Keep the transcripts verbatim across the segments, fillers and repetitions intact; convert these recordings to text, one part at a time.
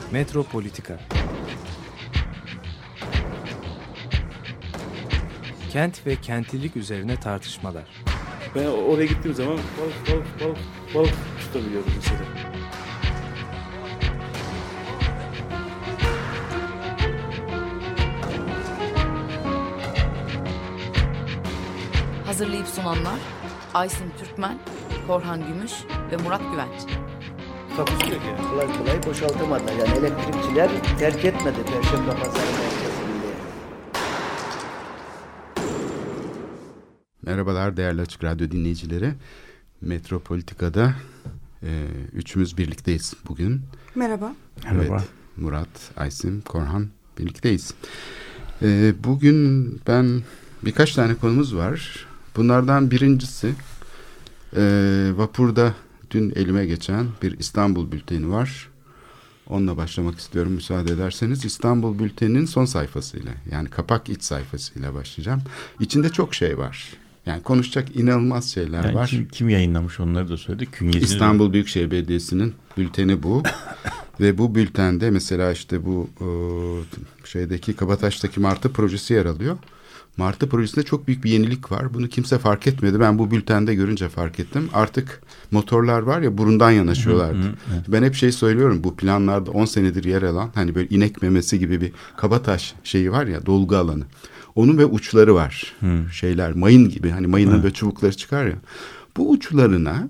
Metropolitika. Kent ve kentlilik üzerine tartışmalar. Ben oraya gittiğim zaman balık balık balık balık tutabiliyordum mesela. Hazırlayıp sunanlar Aysin Türkmen, Korhan Gümüş ve Murat Güvenç. Takusu yok yani. Kolay kolay boşaltamadılar. Yani elektrikçiler terk etmedi Perşembe Pazarı merkezinde. Merhabalar değerli Açık Radyo dinleyicileri. Metropolitika'da e, üçümüz birlikteyiz bugün. Merhaba. Evet, Merhaba. Murat, Aysim, Korhan birlikteyiz. E, bugün ben birkaç tane konumuz var. Bunlardan birincisi e, vapurda dün elime geçen bir İstanbul Bülteni var. Onunla başlamak istiyorum müsaade ederseniz. İstanbul Bülteni'nin son sayfasıyla, yani kapak iç sayfasıyla başlayacağım. İçinde çok şey var. Yani konuşacak inanılmaz şeyler yani var. Kim, kim yayınlamış onları da söyledik. Künyesini İstanbul Büyükşehir Belediyesi'nin bülteni bu. Ve bu bültende mesela işte bu o, şeydeki Kabataş'taki Martı projesi yer alıyor. Martı projesinde çok büyük bir yenilik var. Bunu kimse fark etmedi. Ben bu bültende görünce fark ettim. Artık motorlar var ya burundan yanaşıyorlardı. Hı hı, evet. Ben hep şey söylüyorum, bu planlarda on senedir yer alan hani böyle inek memesi gibi bir Kabataş şeyi var ya, dolgu alanı. Onun ve uçları var. Hı. Şeyler mayın gibi, hani mayının böyle çubukları çıkar ya. Bu uçlarına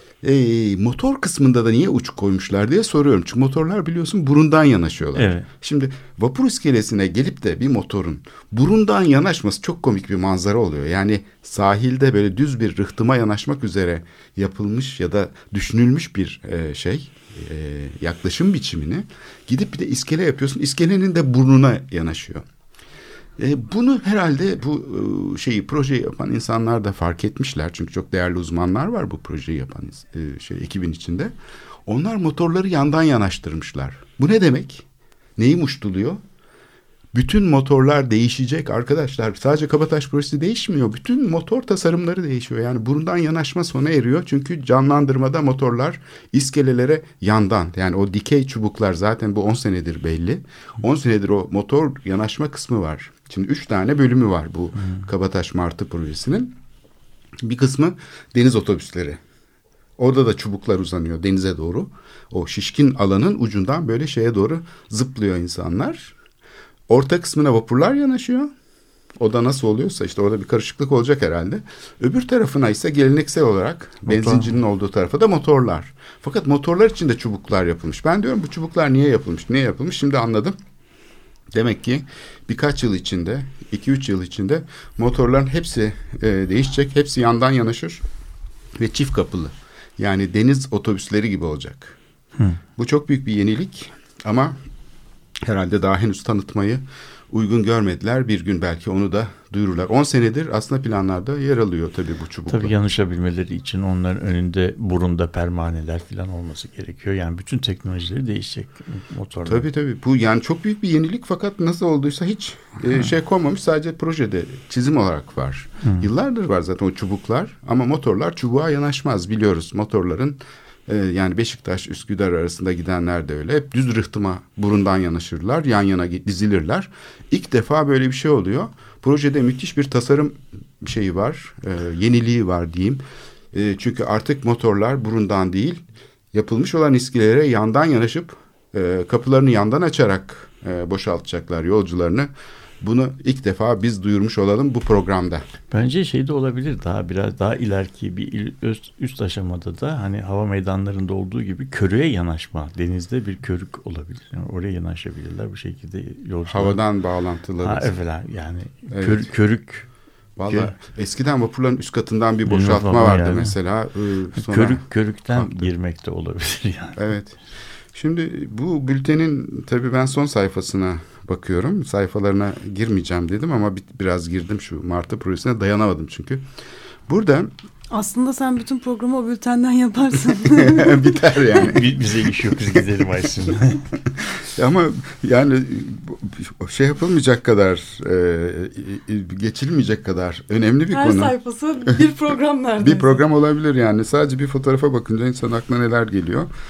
e, motor kısmında da niye uç koymuşlar diye soruyorum. Çünkü motorlar biliyorsun burundan yanaşıyorlar. Evet. Şimdi vapur iskelesine gelip de bir motorun burundan yanaşması çok komik bir manzara oluyor. Yani sahilde böyle düz bir rıhtıma yanaşmak üzere yapılmış ya da düşünülmüş bir e, şey, e, yaklaşım biçimini gidip bir de iskele yapıyorsun. İskelenin de burnuna yanaşıyor. E, bunu herhalde bu e, şeyi projeyi yapan insanlar da fark etmişler. Çünkü çok değerli uzmanlar var bu projeyi yapan e, şey ekibin içinde. Onlar motorları yandan yanaştırmışlar. Bu ne demek? Neyi muştuluyor? Bütün motorlar değişecek arkadaşlar. Sadece Kabataş projesi değişmiyor. Bütün motor tasarımları değişiyor. Yani burundan yanaşma sona eriyor. Çünkü canlandırmada motorlar iskelelere yandan, yani o dikey çubuklar zaten bu on senedir belli. on senedir o motor yanaşma kısmı var. Şimdi üç tane bölümü var bu hmm. Kabataş Martı projesinin. Bir kısmı deniz otobüsleri. Orada da çubuklar uzanıyor denize doğru. O şişkin alanın ucundan böyle şeye doğru zıplıyor insanlar. Orta kısmına vapurlar yanaşıyor. O da nasıl oluyorsa işte orada bir karışıklık olacak herhalde. Öbür tarafına ise geleneksel olarak motor, benzincinin olduğu tarafa da motorlar. Fakat motorlar için de çubuklar yapılmış. Ben diyorum bu çubuklar niye yapılmış? Niye yapılmış? Şimdi anladım. Demek ki birkaç yıl içinde, iki üç yıl içinde motorların hepsi e, değişecek. Hepsi yandan yanaşır ve çift kapılı. Yani deniz otobüsleri gibi olacak. Hı. Bu çok büyük bir yenilik ama herhalde daha henüz tanıtmayı uygun görmediler. Bir gün belki onu da duyururlar. on senedir aslında planlarda yer alıyor tabii bu çubuklar. Tabii yanaşabilmeleri için onların önünde burunda pervaneler falan olması gerekiyor. Yani bütün teknolojileri değişecek motorlar. Tabii tabii. Bu yani çok büyük bir yenilik fakat nasıl olduysa hiç e, şey konmamış. Sadece projede çizim olarak var. Hı. Yıllardır var zaten o çubuklar ama motorlar çubuğa yanaşmaz biliyoruz. Motorların Ee, yani Beşiktaş, Üsküdar arasında gidenler de öyle. Hep düz rıhtıma burundan yanaşırlar. Yan yana dizilirler. İlk defa böyle bir şey oluyor. Projede müthiş bir tasarım şeyi var. E, yeniliği var diyeyim. E, çünkü artık motorlar burundan değil, yapılmış olan iskelelere yandan yanaşıp e, kapılarını yandan açarak e, boşaltacaklar yolcularını. Bunu ilk defa biz duyurmuş olalım bu programda. Bence şey de olabilir, daha biraz daha ileriki bir üst, üst aşamada da hani hava meydanlarında olduğu gibi körüğe yanaşma. Denizde bir körük olabilir. Yani oraya yanaşabilirler bu şekilde yolcular. Havadan bağlantılı. Ha, evet yani evet. Kör, körük. Vallahi eskiden vapurların üst katından bir boşaltma vardı yani. Mesela. Sonra... Körük körükten Baktı. girmek de olabilir yani. Evet. Şimdi bu bültenin tabii ben son sayfasına bakıyorum. Sayfalarına girmeyeceğim dedim ama biraz girdim şu Martı projesine, dayanamadım çünkü. Burada aslında sen bütün programı o bültenden yaparsın. Biter yani. Bize iş yok, biz gidelim Aysin. Ama yani şey yapılmayacak kadar, e, geçilmeyecek kadar önemli bir Her konu. Her sayfası bir program neredeyse. Bir program olabilir yani. Sadece bir fotoğrafa bakınca insan aklına neler geliyor.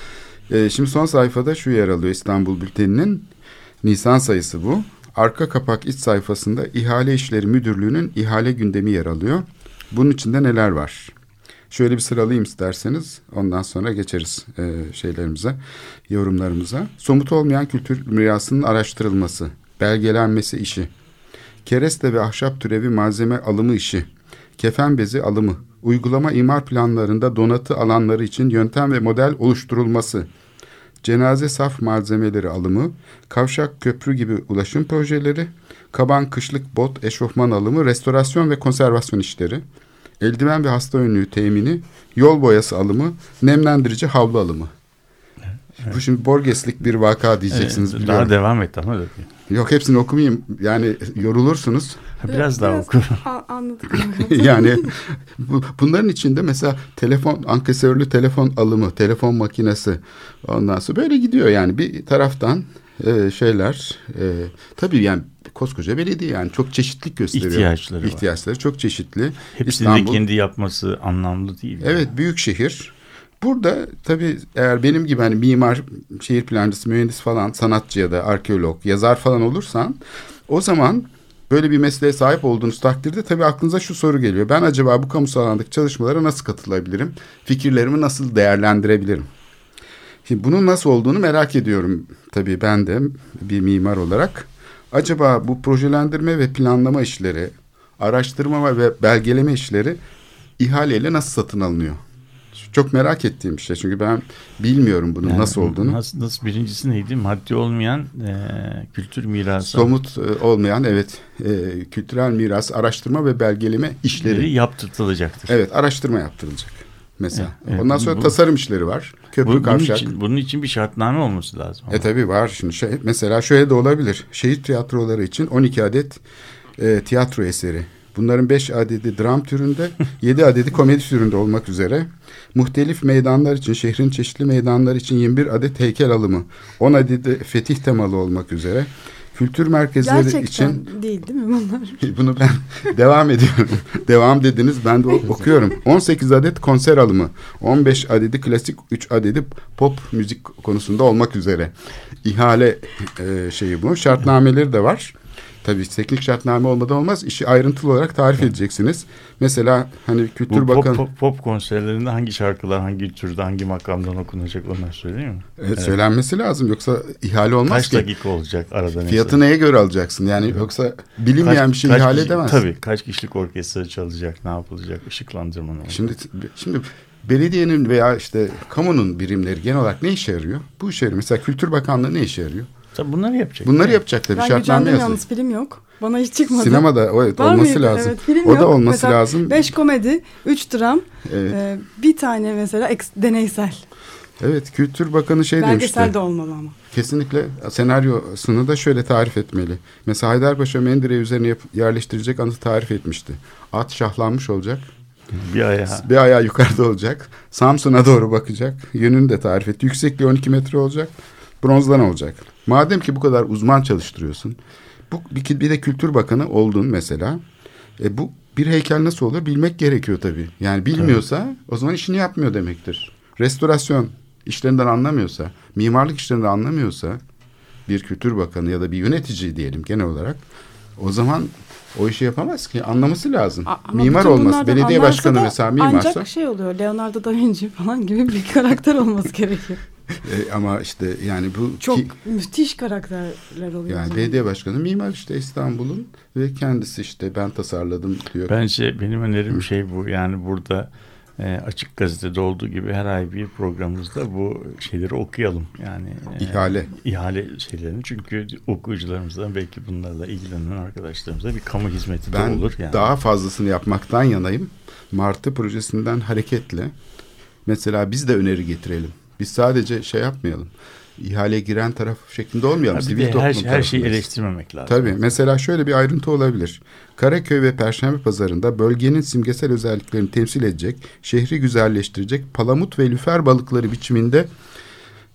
Ee, şimdi son sayfada şu yer alıyor İstanbul Bülteni'nin Nisan sayısı bu. Arka kapak iç sayfasında İhale İşleri Müdürlüğü'nün ihale gündemi yer alıyor. Bunun içinde neler var? Şöyle bir sıralayayım isterseniz. Ondan sonra geçeriz e, şeylerimize, yorumlarımıza. Somut olmayan kültür mirasının araştırılması, belgelenmesi işi, kereste ve ahşap türevi malzeme alımı işi, kefen bezi alımı, uygulama imar planlarında donatı alanları için yöntem ve model oluşturulması, cenaze saf malzemeleri alımı, kavşak köprü gibi ulaşım projeleri, kaban kışlık bot eşofman alımı, restorasyon ve konservasyon işleri, eldiven ve hasta önlüğü temini, yol boyası alımı, nemlendirici havlu alımı. Evet. Bu şimdi Borgeslik bir vaka diyeceksiniz. Evet, daha devam et ama. Yok, hepsini okumayayım. Yani yorulursunuz. Biraz, biraz daha oku. Anladık. Yani bu, bunların içinde mesela telefon, ankesörlü telefon alımı, telefon makinesi, ondan sonra böyle gidiyor yani bir taraftan e, şeyler. E, tabii yani koskoca belediye yani çok çeşitlilik gösteriyor. İhtiyaçları İhtiyaçları var. çok çeşitli. Hepsini İstanbul, de kendi yapması anlamlı değil. Evet yani. Büyük şehir. Burada tabii eğer benim gibi hani mimar, şehir plancısı, mühendis falan, sanatçı ya da arkeolog, yazar falan olursan o zaman böyle bir mesleğe sahip olduğunuz takdirde tabii aklınıza şu soru geliyor. Ben acaba bu kamusal alandaki çalışmalara nasıl katılabilirim? Fikirlerimi nasıl değerlendirebilirim? Şimdi bunun nasıl olduğunu merak ediyorum tabii ben de bir mimar olarak. Acaba bu projelendirme ve planlama işleri, araştırma ve belgeleme işleri ihaleyle nasıl satın alınıyor? Çok merak ettiğim bir şey çünkü ben bilmiyorum bunun yani nasıl olduğunu. Nasıl, nasıl birincisi neydi? Maddi olmayan e, kültür mirası. Somut e, olmayan evet e, kültürel miras araştırma ve belgeleme işleri yaptırtılacaktır. Evet, araştırma yaptırılacak mesela. Evet, evet. Ondan sonra bu, tasarım işleri var. Köprü, bu, kavşak. Bunun için, bunun için bir şartname olması lazım. E tabii var. Şimdi şey, mesela şöyle de olabilir. Şehir tiyatroları için on iki adet e, tiyatro eseri. Bunların beş adedi dram türünde, yedi adedi komedi türünde olmak üzere. Muhtelif meydanlar için, şehrin çeşitli meydanları için yirmi bir adet heykel alımı, on adedi fetih temalı olmak üzere. Kültür merkezleri Gerçekten için... Gerçekten değil değil mi bunlar? Bunu ben devam ediyorum. Devam dediniz, ben de okuyorum. on sekiz adet konser alımı, on beş adedi klasik, üç adedi pop müzik konusunda olmak üzere. İhale e, şeyi bu. Şartnameleri de var. Tabii teknik şartname olmadan olmaz. İşi ayrıntılı olarak tarif evet. edeceksiniz. Mesela hani Kültür Bu Bakanı... Pop, pop, pop konserlerinde hangi şarkılar, hangi türde, hangi makamdan okunacak onlar söyleyeyim mi? Evet, evet. Söylenmesi lazım. Yoksa ihale olmaz kaç ki. Kaç dakika olacak arada? Fiyatı neye göre alacaksın? Yani evet. Yoksa bilinmeyen kaç, bir şey ihale kişi, edemez. Tabii. Kaç kişilik orkestra çalacak, ne yapılacak, ışıklandırma ne olacak? Şimdi, şimdi belediyenin veya işte kamunun birimleri genel olarak ne işe yarıyor? Bu işe yarıyor. Mesela Kültür Bakanlığı ne işe yarıyor? Tabii bunları yapacak. Bunları yani. yapacak tabii. Ben şartname yazıyor. yalnız film yok. Bana hiç çıkmadı. Sinemada evet, olması mıydı? lazım. Evet, film o yok. da olması mesela lazım. Beş komedi, üç dram, evet. e, bir tane mesela eks, deneysel. Evet, Kültür Bakanı şey Belgesel demişti. Belgesel de olmalı ama. Kesinlikle senaryosunu da şöyle tarif etmeli. Mesela Haydarpaşa Mendire üzerine yap, yerleştirecek anıtı tarif etmişti. At şahlanmış olacak. Bir ayağı. Bir ayağı yukarıda olacak. Samsun'a doğru bakacak. Yönünü de tarif etti. Yüksekliği on iki metre olacak. Bronzdan olacak. Madem ki bu kadar uzman çalıştırıyorsun. Bu bir, bir de Kültür Bakanı oldun mesela. E, bu bir heykel nasıl olur bilmek gerekiyor tabii. Yani bilmiyorsa evet. o zaman işini yapmıyor demektir. Restorasyon işlerinden anlamıyorsa, mimarlık işlerinden anlamıyorsa bir Kültür Bakanı ya da bir yönetici diyelim genel olarak o zaman o işi yapamaz ki. Anlaması lazım. A, mimar olması, belediye başkanı mesela mimarsa. Ancak şey oluyor, Leonardo da Vinci falan gibi bir karakter olması gerekiyor. E, ama işte yani bu çok ki, müthiş karakterler oluyor. Yani belediye başkanı mimar işte İstanbul'un ve kendisi işte ben tasarladım diyor. Bence benim önerim şey bu, yani burada e, Açık Gazete'de olduğu gibi her ay bir programımızda bu şeyleri okuyalım. Yani e, ihale ihale şeylerini, çünkü okuyucularımızdan belki bunlarla ilgilenen arkadaşlarımıza bir kamu hizmeti ben de olur. Yani. Ben daha fazlasını yapmaktan yanayım. Martı projesinden hareketle mesela biz de öneri getirelim. Biz sadece şey yapmayalım. İhaleye giren taraf şeklinde olmayalım. Tabii Sivil toplum her, her şeyi eleştirmemek lazım. Tabii. Mesela şöyle bir ayrıntı olabilir. Karaköy ve Perşembe Pazarı'nda bölgenin simgesel özelliklerini temsil edecek, şehri güzelleştirecek palamut ve lüfer balıkları biçiminde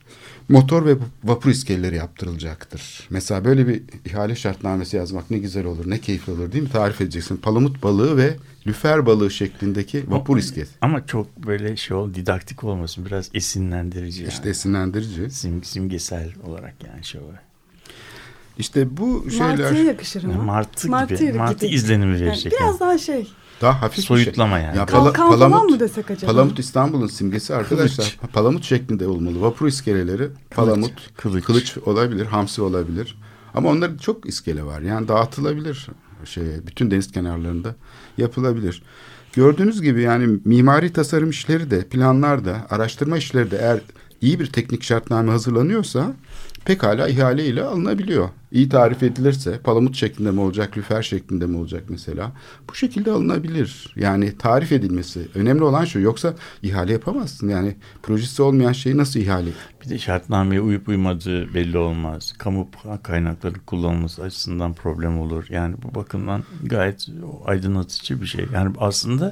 motor ve vapur iskeleleri yaptırılacaktır. Mesela böyle bir ihale şartnamesi yazmak ne güzel olur, ne keyifli olur değil mi? Tarif edeceksin. Palamut balığı ve lüfer balığı şeklindeki vapur iskelesi. Ama çok böyle şey ol, didaktik olmasın, biraz esinlendirici. İşte yani. esinlendirici. Sim, simgesel olarak yani şey olarak. İşte bu şeyler... Martıya yakışır ama. Yani martı, Martı gibi, gibi. martı izlenimi verecek. Yani biraz daha şey. Daha hafif soyutlama bir şey. yani. Ya Kalkan pala- falan palamut, mı desek acaba? Palamut İstanbul'un simgesi arkadaşlar. Palamut şeklinde olmalı. Vapur iskeleleri palamut, kılıç. kılıç olabilir, hamsi olabilir. Ama onların çok iskele var. Yani dağıtılabilir şeye, bütün deniz kenarlarında yapılabilir. Gördüğünüz gibi yani mimari tasarım işleri de, planlar da, araştırma işleri de eğer iyi bir teknik şartname hazırlanıyorsa pekala ihaleyle alınabiliyor. İyi tarif edilirse palamut şeklinde mi olacak, lüfer şeklinde mi olacak mesela? Bu şekilde alınabilir. Yani tarif edilmesi. Önemli olan şu. Yoksa ihale yapamazsın. Yani projesi olmayan şeyi nasıl ihale? Bir de şartnameye uyup uymadığı belli olmaz. Kamu kaynakları kullanılması açısından problem olur. Yani bu bakımdan gayet aydınlatıcı bir şey. Yani aslında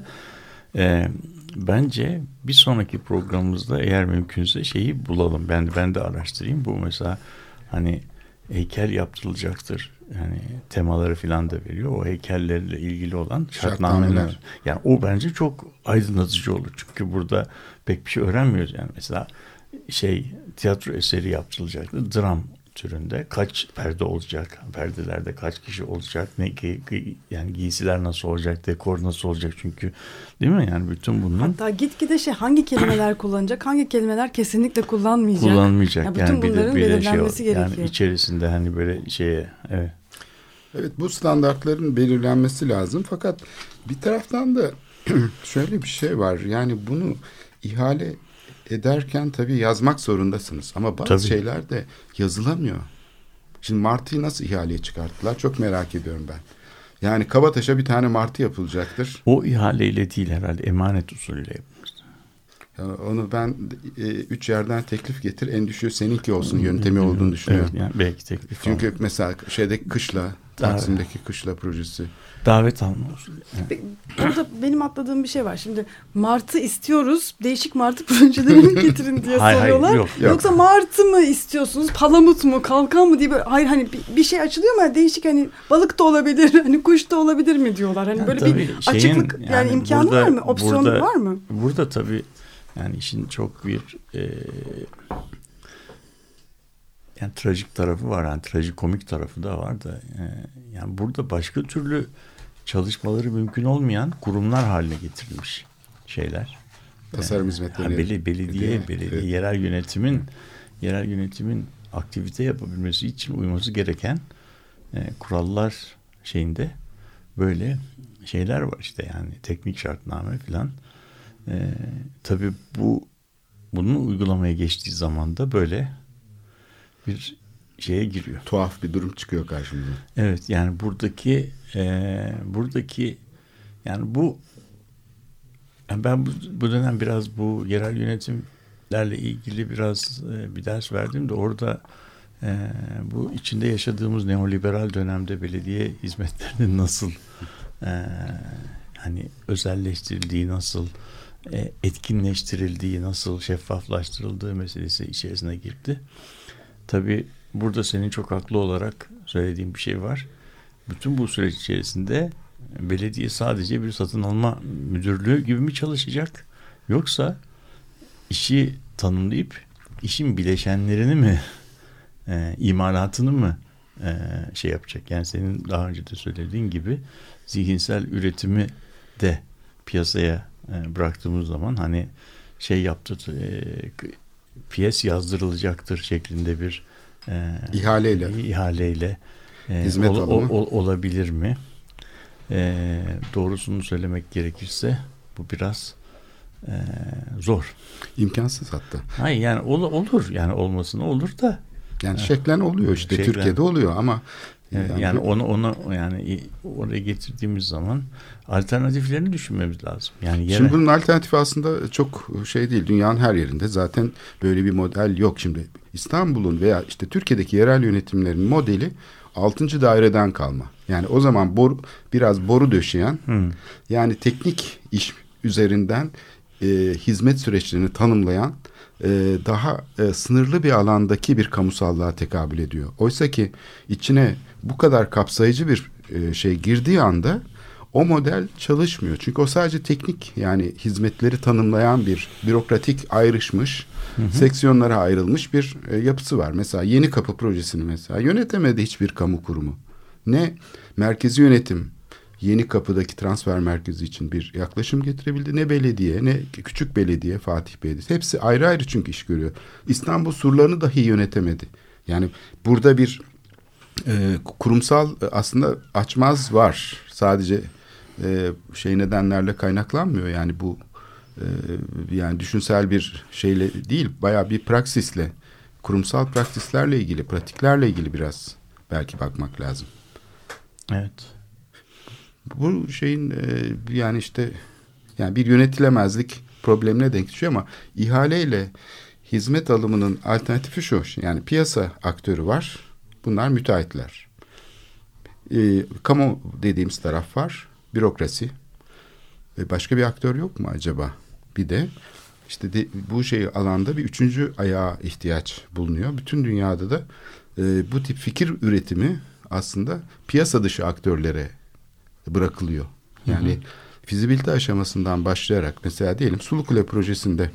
e, bence bir sonraki programımızda eğer mümkünse şeyi bulalım. Ben de, ben de araştırayım. Bu mesela hani heykel yaptırılacaktır. Yani temaları filan da veriyor. O heykellerle ilgili olan şartnameler. Şartnameler. Yani o bence çok aydınlatıcı olur. Çünkü burada pek bir şey öğrenmiyoruz. Yani mesela şey tiyatro eseri yaptırılacaktır. Dram türünde kaç perde olacak? Perdelerde kaç kişi olacak? Ne yani giysiler nasıl olacak? Dekor nasıl olacak? Çünkü değil mi? Yani bütün bunun hatta gitgide şey hangi kelimeler kullanacak? Hangi kelimeler kesinlikle kullanmayacak? Kullanmayacak. Yani bütün yani bir de, bunların bir de belirlenmesi şey, gerekiyor. yani içerisinde hani böyle şeye evet. Evet, bu standartların belirlenmesi lazım. Fakat bir taraftan da şöyle bir şey var. Yani bunu ihale ederken tabii yazmak zorundasınız. Ama bazı Tabii. şeyler de yazılamıyor. Şimdi martıyı nasıl ihaleye çıkarttılar? Çok merak ediyorum ben. Yani Kabataş'a bir tane martı yapılacaktır. O ihaleyle değil herhalde, emanet usulüyle yapılmış. Yani onu ben e, üç yerden teklif getir, en düşüğü seninki olsun yöntemi olduğunu düşünüyorum. Evet, yani belki teklif. Çünkü alma. mesela şeydeki kışla, Taksim'deki kışla projesi. Davet alma usulü. Yani. Burada benim atladığım bir şey var. Şimdi martı istiyoruz. Değişik martı projelerini getirin diye Hayır, hayır, soruyorlar. yok, yok. Yoksa martı mı istiyorsunuz? Palamut mu? Kalkan mı diye böyle, hayır hani bir, bir şey açılıyor ama değişik hani balık da olabilir, hani kuş da olabilir mi diyorlar. Hani Yani böyle tabii bir şeyin, açıklık yani, yani imkanı burada- var mı? Opsiyon burada- var mı? Burada tabii yani işin çok bir e, yani trajik tarafı var. Yani trajikomik tarafı da var da e, yani burada başka türlü çalışmaları mümkün olmayan kurumlar haline getirilmiş şeyler. Tasarım hizmetleri. Ha, beli, belediye, Evet, belediye, evet. yerel yönetimin yerel yönetimin aktivite yapabilmesi için uyması gereken e, kurallar şeyinde böyle şeyler var işte, yani teknik şartname filan. E, tabii bu bunun uygulamaya geçtiği zaman da böyle bir şeye giriyor. Tuhaf bir durum çıkıyor karşımıza. Evet, yani buradaki e, buradaki yani bu yani ben bu, bu dönem biraz bu yerel yönetimlerle ilgili biraz e, bir ders verdim de orada e, bu içinde yaşadığımız neoliberal dönemde belediye hizmetlerinin nasıl e, hani özelleştirildiği, nasıl e, etkinleştirildiği, nasıl şeffaflaştırıldığı meselesi içerisine girdi. Tabii burada senin çok haklı olarak söylediğin bir şey var. Bütün bu süreç içerisinde belediye sadece bir satın alma müdürlüğü gibi mi çalışacak? Yoksa işi tanımlayıp işin bileşenlerini mi, e, imalatını mı e, şey yapacak? Yani senin daha önce de söylediğin gibi zihinsel üretimi de piyasaya e, bıraktığımız zaman hani şey yaptı, e, piyes yazdırılacaktır şeklinde bir e, İhaleyle. ihaleyle e, Hizmet ol, alımı. ol, olabilir mi? E, doğrusunu söylemek gerekirse bu biraz e, zor. İmkansız hatta. Hayır yani ol, olur yani olmasına olur da Yani şeklen oluyor işte. Şeklen. Türkiye'de oluyor ama yani, yani, yani onu onu yani oraya getirdiğimiz zaman alternatiflerini düşünmemiz lazım. Yani yere, şimdi bunun alternatifi aslında çok şey değil. Dünyanın her yerinde zaten böyle bir model yok. Şimdi İstanbul'un veya işte Türkiye'deki yerel yönetimlerin modeli altıncı daireden kalma. Yani o zaman boru, biraz boru döşeyen hmm. yani teknik iş üzerinden e, hizmet süreçlerini tanımlayan e, daha e, sınırlı bir alandaki bir kamusallığa tekabül ediyor. Oysa ki içine bu kadar kapsayıcı bir e, şey girdiği anda o model çalışmıyor. Çünkü o sadece teknik, yani hizmetleri tanımlayan bir bürokratik ayrışmış, hı hı. seksiyonlara ayrılmış bir e, yapısı var. Mesela Yeni Kapı projesini mesela yönetemedi hiçbir kamu kurumu. Ne merkezi yönetim Yeni Kapı'daki transfer merkezi için bir yaklaşım getirebildi, ne belediye, ne küçük belediye, Fatih Belediyesi. Hepsi ayrı ayrı çünkü iş görüyor. İstanbul surlarını dahi yönetemedi. Yani burada bir e, kurumsal aslında açmaz var. Sadece e, şey nedenlerle kaynaklanmıyor. Yani bu e, yani düşünsel bir şeyle değil, bayağı bir praksisle, kurumsal praksislerle ilgili, pratiklerle ilgili biraz belki bakmak lazım. Evet. Bu şeyin e, yani işte yani bir yönetilemezlik problemine denk düşüyor ama ihaleyle hizmet alımının alternatifi şu. Yani piyasa aktörü var. Bunlar müteahhitler. E, kamu dediğimiz taraf var. Bürokrasi. E, başka bir aktör yok mu acaba? Bir de işte de, bu şey alanda bir üçüncü ayağa ihtiyaç bulunuyor. Bütün dünyada da e, bu tip fikir üretimi aslında piyasa dışı aktörlere bırakılıyor. Yani hı hı. fizibilite aşamasından başlayarak mesela diyelim Sulukule projesinde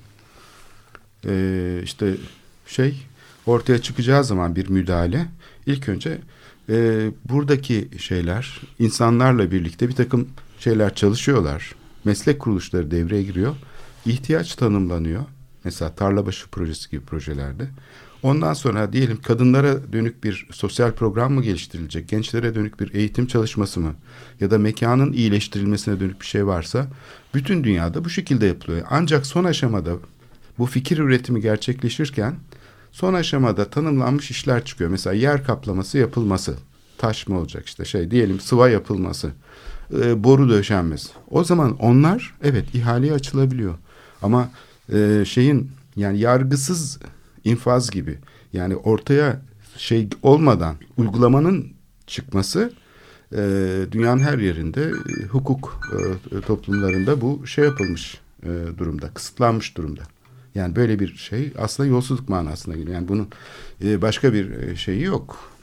e, işte şey ortaya çıkacağı zaman bir müdahale ilk önce e, buradaki şeyler insanlarla birlikte bir takım şeyler çalışıyorlar. Meslek kuruluşları devreye giriyor. İhtiyaç tanımlanıyor. Mesela Tarlabaşı projesi gibi projelerde. Ondan sonra diyelim kadınlara dönük bir sosyal program mı geliştirilecek, gençlere dönük bir eğitim çalışması mı ya da mekanın iyileştirilmesine dönük bir şey varsa bütün dünyada bu şekilde yapılıyor. Ancak son aşamada bu fikir üretimi gerçekleşirken son aşamada tanımlanmış işler çıkıyor. Mesela yer kaplaması yapılması, taş mı olacak işte şey diyelim sıva yapılması, e, boru döşenmesi. O zaman onlar evet ihaleye açılabiliyor. Ama e, şeyin yani yargısız infaz gibi yani ortaya şey olmadan uygulamanın çıkması e, dünyanın her yerinde e, hukuk e, toplumlarında bu şey yapılmış e, durumda, kısıtlanmış durumda. Yani böyle bir şey aslında yolsuzluk manasına geliyor. Yani bunun e, başka bir e, şeyi yok.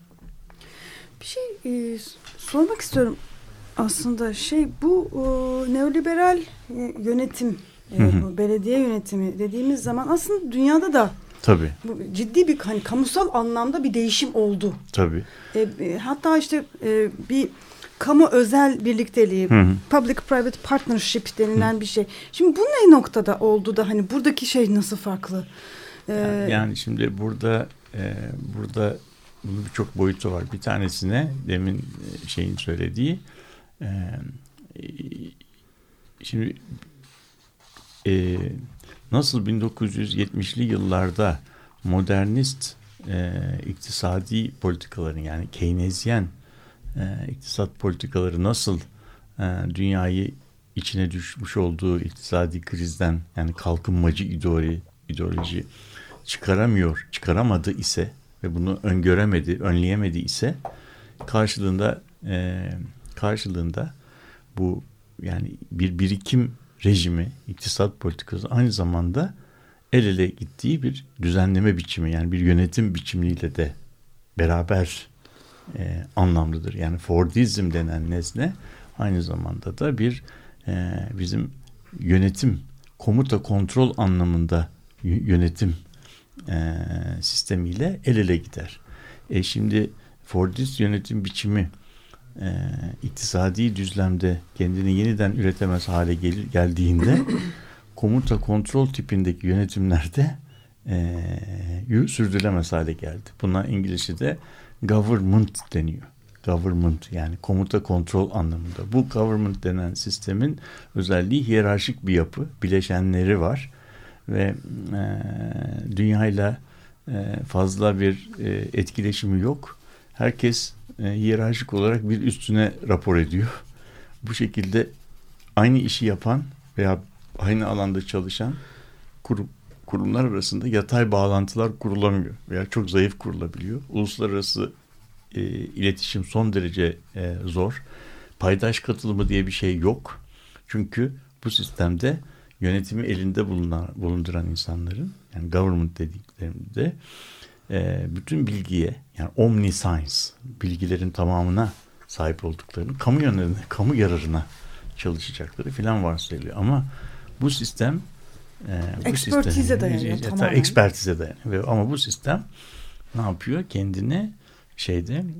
Bir şey e, sormak istiyorum aslında şey bu e, neoliberal e, yönetim, e, bu belediye yönetimi dediğimiz zaman aslında dünyada da tabii. Bu ciddi bir hani kamusal anlamda bir değişim oldu. Tabii. E, e, hatta işte e, bir kamu özel birlikteliği, hı hı. public private partnership denilen hı. bir şey. Şimdi bu ne noktada oldu da hani buradaki şey nasıl farklı? Ee, yani, yani şimdi burada e, burada bunun birçok boyutu var. Bir tanesine demin şeyin söylediği e, şimdi e, nasıl bin dokuz yüz yetmişli yıllarda modernist e, iktisadi politikaların yani Keynesyen e, iktisat politikaları nasıl e, dünyayı içine düşmüş olduğu iktisadi krizden yani kalkınmacı ideoloji, ideoloji çıkaramıyor, çıkaramadı ise ve bunu öngöremedi, önleyemedi ise karşılığında e, karşılığında bu yani bir birikim rejimi, iktisat politikası aynı zamanda el ele gittiği bir düzenleme biçimi yani bir yönetim biçimiyle de beraber e, anlamlıdır. Yani Fordizm denen nesne aynı zamanda da bir e, bizim yönetim, komuta kontrol anlamında yönetim e, sistemiyle el ele gider. E şimdi Fordist yönetim biçimi e, iktisadi düzlemde kendini yeniden üretemez hale gel, geldiğinde komuta kontrol tipindeki yönetimlerde e, sürdürülemez hale geldi. Buna İngilizce'de government deniyor. Government yani komuta kontrol anlamında. Bu government denen sistemin özelliği hiyerarşik bir yapı. Bileşenleri var ve e, dünyayla e, fazla bir e, etkileşimi yok. Herkes e, hiyerarşik olarak bir üstüne rapor ediyor. Bu şekilde aynı işi yapan veya aynı alanda çalışan kurum, kurumlar arasında yatay bağlantılar kurulamıyor veya çok zayıf kurulabiliyor. Uluslararası e, iletişim son derece e, zor. Paydaş katılımı diye bir şey yok. Çünkü bu sistemde yönetimi elinde bulunan, bulunduran insanların, yani government dediklerimde e, bütün bilgiye, yani omniscience, bilgilerin tamamına sahip olduklarını, kamu yönlerine, kamu yararına çalışacakları filan varsayılıyor. Ama bu sistem e, bu ekspertize sistem, dayanıyor e, tamamen. Ekspertize dayanıyor. Ve, ama bu sistem ne yapıyor? Kendini şeyde e,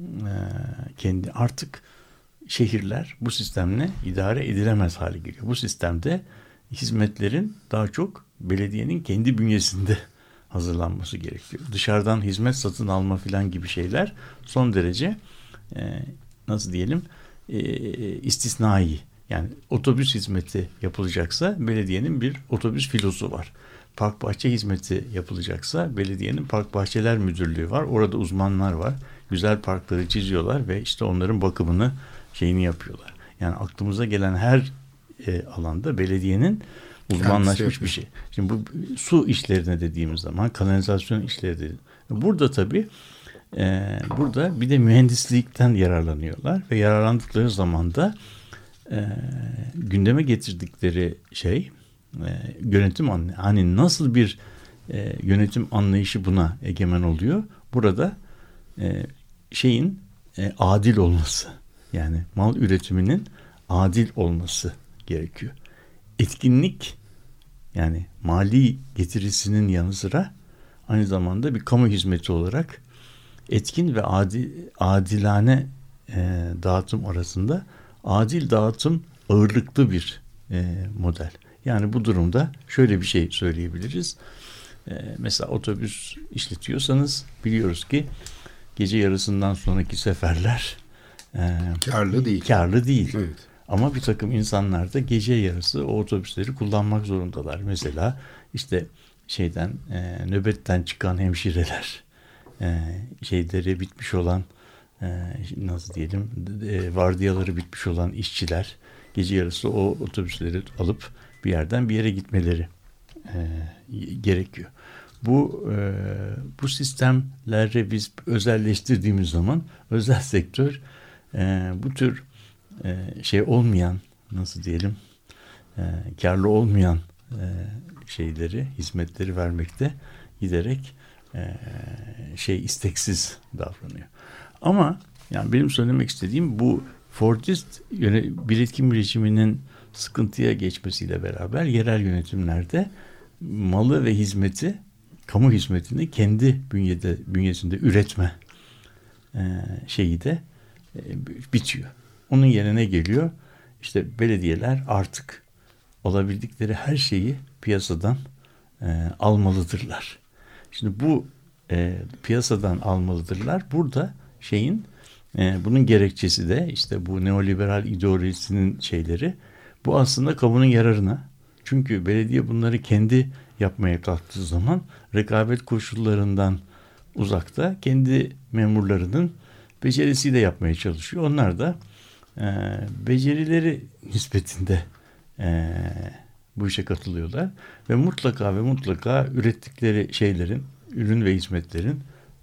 kendi artık şehirler bu sistemle idare edilemez hale geliyor. Bu sistemde hizmetlerin daha çok belediyenin kendi bünyesinde hazırlanması gerekiyor. Dışarıdan hizmet satın alma filan gibi şeyler son derece e, nasıl diyelim e, istisnai. Yani otobüs hizmeti yapılacaksa belediyenin bir otobüs filosu var. Park bahçe hizmeti yapılacaksa belediyenin park bahçeler müdürlüğü var. Orada uzmanlar var. Güzel parkları çiziyorlar ve işte onların bakımını şeyini yapıyorlar. Yani aklımıza gelen her e, alanda belediyenin uzmanlaşmış bir şey. Şimdi bu su işlerine dediğimiz zaman, kanalizasyon işleri dediğimiz, burada tabii e, burada bir de mühendislikten yararlanıyorlar ve yararlandıkları zaman da e, gündeme getirdikleri şey e, yönetim anlayışı. Hani nasıl bir e, yönetim anlayışı buna egemen oluyor? Burada e, şeyin e, adil olması. Yani mal üretiminin adil olması gerekiyor. Etkinlik, yani mali getirisinin yanı sıra aynı zamanda bir kamu hizmeti olarak etkin ve adil, adilane e, dağıtım arasında adil dağıtım ağırlıklı bir e, model. Yani bu durumda şöyle bir şey söyleyebiliriz. E, mesela otobüs işletiyorsanız biliyoruz ki gece yarısından sonraki seferler e, karlı değil. Karlı değil. Evet. Ama bir takım insanlar da gece yarısı o otobüsleri kullanmak zorundalar. Mesela işte şeyden e, nöbetten çıkan hemşireler, e, şeyleri bitmiş olan e, nasıl diyelim e, vardiyaları bitmiş olan işçiler gece yarısı o otobüsleri alıp bir yerden bir yere gitmeleri e, gerekiyor. Bu e, bu sistemleri biz özelleştirdiğimiz zaman özel sektör e, bu tür e, şey olmayan, nasıl diyelim e, karlı olmayan e, şeyleri, hizmetleri vermekte giderek e, şey isteksiz davranıyor. Ama yani benim söylemek istediğim bu Fordist birikim rejiminin sıkıntıya geçmesiyle beraber yerel yönetimlerde malı ve hizmeti, kamu hizmetini kendi bünyede, bünyesinde üretme e, şeyi de e, bitiyor. Onun yerine geliyor işte belediyeler artık olabildikleri her şeyi piyasadan e, almalıdırlar. Şimdi bu e, piyasadan almalıdırlar. Burada şeyin e, bunun gerekçesi de işte bu neoliberal ideolojisinin şeyleri. Bu aslında kamunun yararına. Çünkü belediye bunları kendi yapmaya kalktığı zaman rekabet koşullarından uzakta kendi memurlarının becerisiyle yapmaya çalışıyor. Onlar da e, becerileri nispetinde e, bu işe katılıyorlar ve mutlaka ve mutlaka ürettikleri şeylerin, ürün ve hizmetlerin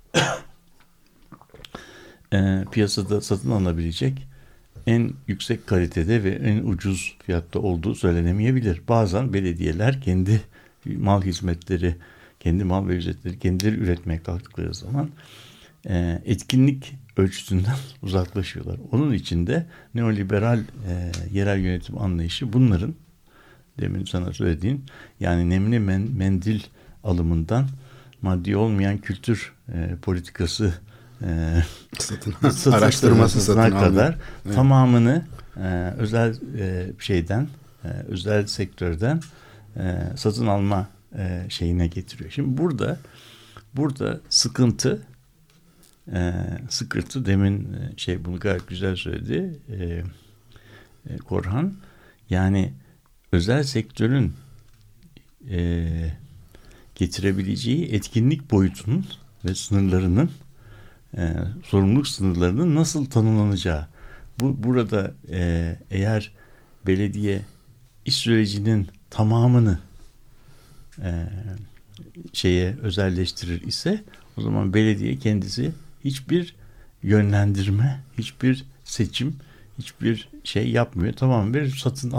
e, piyasada satın alınabilecek en yüksek kalitede ve en ucuz fiyatta olduğu söylenemeyebilir. Bazen belediyeler kendi mal hizmetleri, kendi mal ve hizmetleri kendileri üretmeye kalktıkları zaman e, etkinlik ölçüsünden uzaklaşıyorlar. Onun için de neoliberal e, yerel yönetim anlayışı bunların demin sana söylediğin yani nemli men, mendil alımından maddi olmayan kültür e, politikası e, satın, satın, araştırması satın kadar evet. tamamını e, özel e, şeyden e, özel sektörden e, satın alma e, şeyine getiriyor. Şimdi burada burada sıkıntı e, sıkıntı demin şey bunu gayet güzel söyledi e, e, Korhan. Yani özel sektörün e, getirebileceği etkinlik boyutunun ve sınırlarının e, sorumluluk sınırlarının nasıl tanımlanacağı. Bu burada e, eğer belediye iş sürecinin tamamını e, şeye özelleştirir ise o zaman belediye kendisi hiçbir yönlendirme, hiçbir seçim, hiçbir şey yapmıyor. Tamamen bir satın alma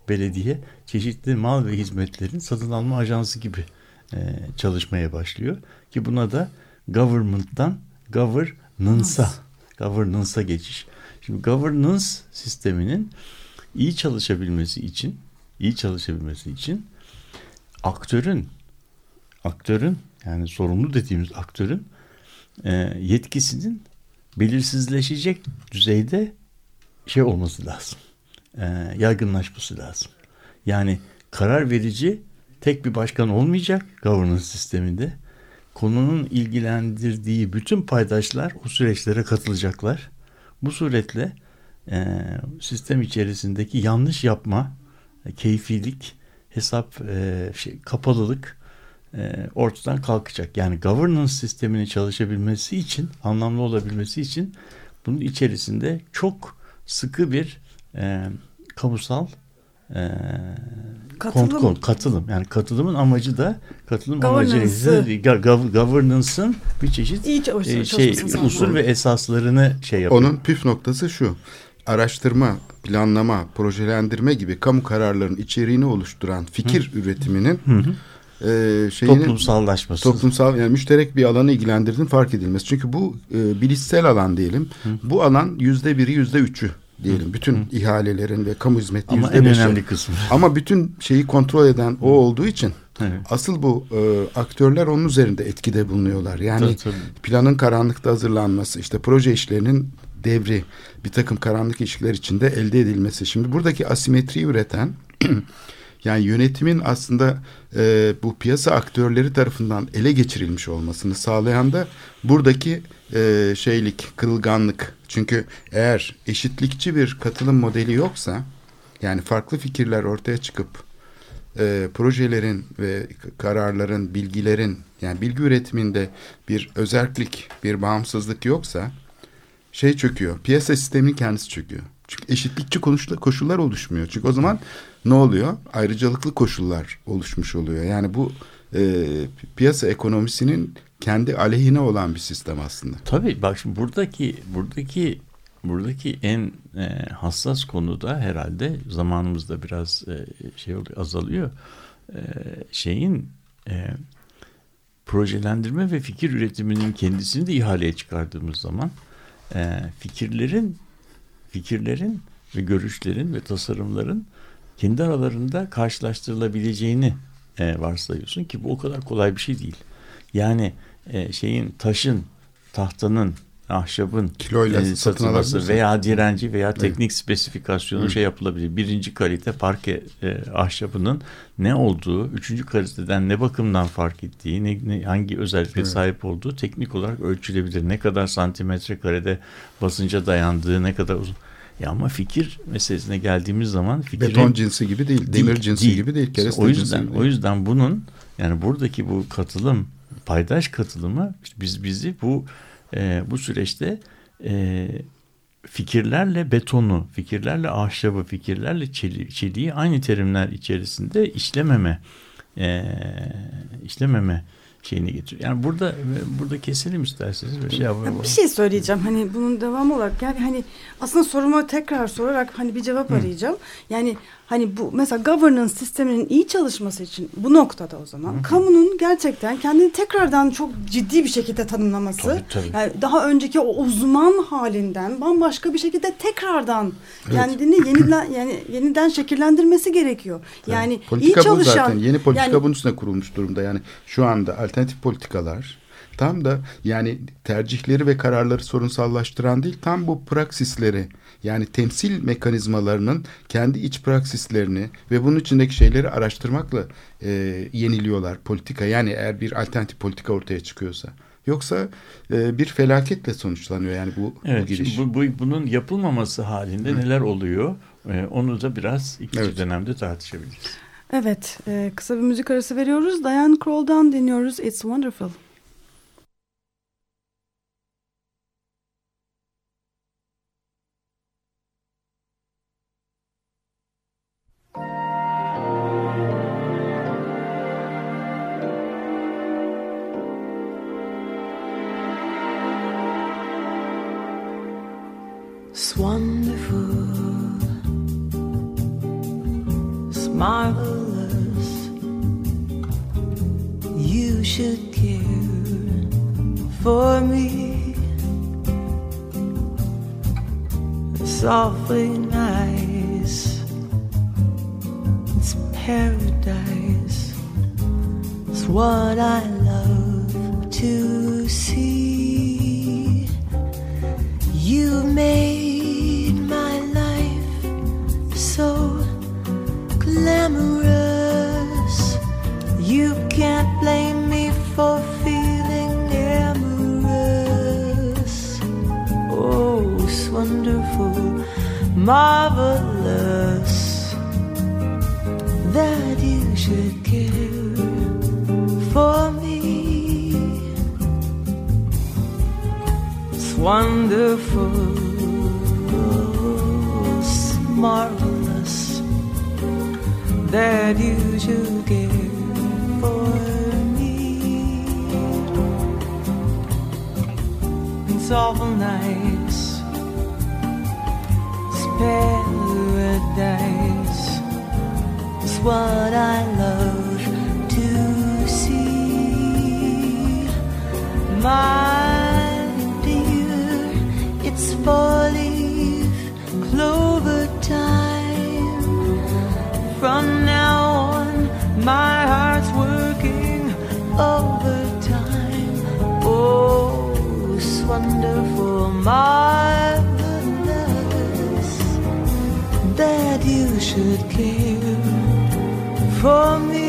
belediye çeşitli mal ve hizmetlerin satın alma ajansı gibi e, çalışmaya başlıyor. Ki buna da government'tan governance'a, governance'a geçiş. Şimdi governance sisteminin iyi çalışabilmesi için, iyi çalışabilmesi için aktörün, aktörün yani sorumlu dediğimiz aktörün e, yetkisinin belirsizleşecek düzeyde şey olması lazım. E, yaygınlaşması lazım. Yani karar verici tek bir başkan olmayacak governance sisteminde. Konunun ilgilendirdiği bütün paydaşlar o süreçlere katılacaklar. Bu suretle e, sistem içerisindeki yanlış yapma, e, keyfilik, hesap, e, şey, kapalılık e, ortadan kalkacak. Yani governance sisteminin çalışabilmesi için, anlamlı olabilmesi için bunun içerisinde çok sıkı bir e, kamusal e, Katılım. Kontrol, katılım. Yani katılımın amacı da katılım Governance. amacı gov- governance'ın bir çeşit İyi çalış- e, şey çalışmasını usul sağlamak. ve esaslarını şey yapıyor. Onun püf noktası şu. Araştırma, planlama, projelendirme gibi kamu kararlarının içeriğini oluşturan fikir hı. üretiminin Hı hı. E, şeyinin, toplumsallaşması. Toplumsal yani müşterek bir alanı ilgilendirdiğini fark edilmesi. Çünkü bu e, bilişsel alan diyelim. Hı. Bu alan yüzde biri, yüzde üçü diyelim. Hı. Bütün Hı. ihalelerin ve kamu hizmeti ama en önemli kısmı. Ama bütün şeyi kontrol eden o olduğu için evet. asıl bu e, aktörler onun üzerinde etkide bulunuyorlar. Yani tabii, tabii. planın karanlıkta hazırlanması, işte proje işlerinin devri, bir takım karanlık ilişkiler içinde elde edilmesi. Şimdi buradaki asimetriyi üreten yani yönetimin aslında e, bu piyasa aktörleri tarafından ele geçirilmiş olmasını sağlayan da buradaki e, şeylik, kırılganlık. Çünkü eğer eşitlikçi bir katılım modeli yoksa, yani farklı fikirler ortaya çıkıp e, projelerin ve kararların, bilgilerin, yani bilgi üretiminde bir özerklik, bir bağımsızlık yoksa şey çöküyor. Piyasa sisteminin kendisi çöküyor. Çünkü eşitlikçi koşullar oluşmuyor. Çünkü o zaman ne oluyor? Ayrıcalıklı koşullar oluşmuş oluyor. Yani bu e, piyasa ekonomisinin kendi aleyhine olan bir sistem aslında. Tabii bak şimdi buradaki buradaki buradaki en e, hassas konu da herhalde zamanımızda biraz e, şey oluyor, azalıyor. E, şeyin e, projelendirme ve fikir üretiminin kendisini de ihaleye çıkardığımız zaman e, fikirlerin fikirlerin ve görüşlerin ve tasarımların kendi aralarında karşılaştırılabileceğini e, varsayıyorsun ki bu o kadar kolay bir şey değil. Yani e, şeyin taşın, tahtanın, ahşabın kiloyla e, satılması veya direnci veya teknik evet. spesifikasyonu evet. şey yapılabilir. Birinci kalite parke e, ahşabının ne olduğu, üçüncü kaliteden ne bakımdan fark ettiği, ne, ne, hangi özelliklere evet. sahip olduğu teknik olarak ölçülebilir. Ne kadar santimetre karede basınca dayandığı, ne kadar uzun. Ya ama fikir meselesine geldiğimiz zaman fikirin, beton cinsi gibi değil, demir değil, cinsi değil. gibi değil, kereste o yüzden cinsi gibi o yüzden bunun yani buradaki bu katılım, paydaş katılımı işte biz bizi bu e, bu süreçte e, fikirlerle betonu, fikirlerle ahşabı, fikirlerle çeli, çeliği aynı terimler içerisinde işlememe e, işlememe şeyini getiriyor. Yani burada burada keselim isterseniz. Bir şey, bir şey söyleyeceğim. Hani bunun devamı olarak yani hani aslında soruma tekrar sorarak hani bir cevap Hı. arayacağım. Yani hani bu mesela governance sisteminin iyi çalışması için bu noktada o zaman Hı. kamunun gerçekten kendini tekrardan çok ciddi bir şekilde tanımlaması. Tabii, tabii. Yani daha önceki o uzman halinden bambaşka bir şekilde tekrardan evet. kendini yeniden yani yeniden şekillendirmesi gerekiyor. Tabii. Yani politika iyi çalışan bu zaten. Yeni politika yani, bunun üstüne kurulmuş durumda. Yani şu anda alternatif politikalar tam da yani tercihleri ve kararları sorunsallaştıran değil, tam bu praksisleri, yani temsil mekanizmalarının kendi iç praksislerini ve bunun içindeki şeyleri araştırmakla e, yeniliyorlar politika. Yani eğer bir alternatif politika ortaya çıkıyorsa. Yoksa e, bir felaketle sonuçlanıyor yani bu, evet, bu giriş. Bu, bu, bunun yapılmaması halinde Hı. neler oluyor? E, onu da biraz ikinci evet. dönemde tartışabiliriz. Evet, e, kısa bir müzik arası veriyoruz. Diane Krall'dan dinliyoruz. It's Wonderful. It's wonderful marvelous. You should care for me. It's awfully nice. It's paradise. It's what I love to see. You made my life so glamorous. You can't blame me for feeling amorous. Oh, it's wonderful, marvelous that you should care for me. It's wonderful, it's marvelous that you should care for me. It's awful nice, it's paradise. It's what I love to see. My dear, it's four-leaf clover time. From now on, my heart's working overtime. Oh, it's wonderful, marvelous that you should care for me.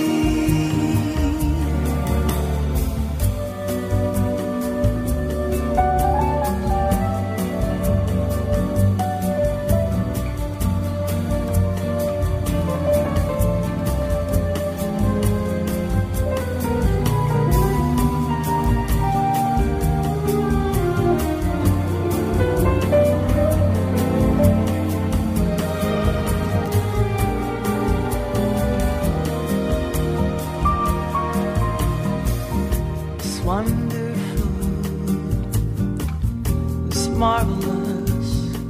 Marvelous,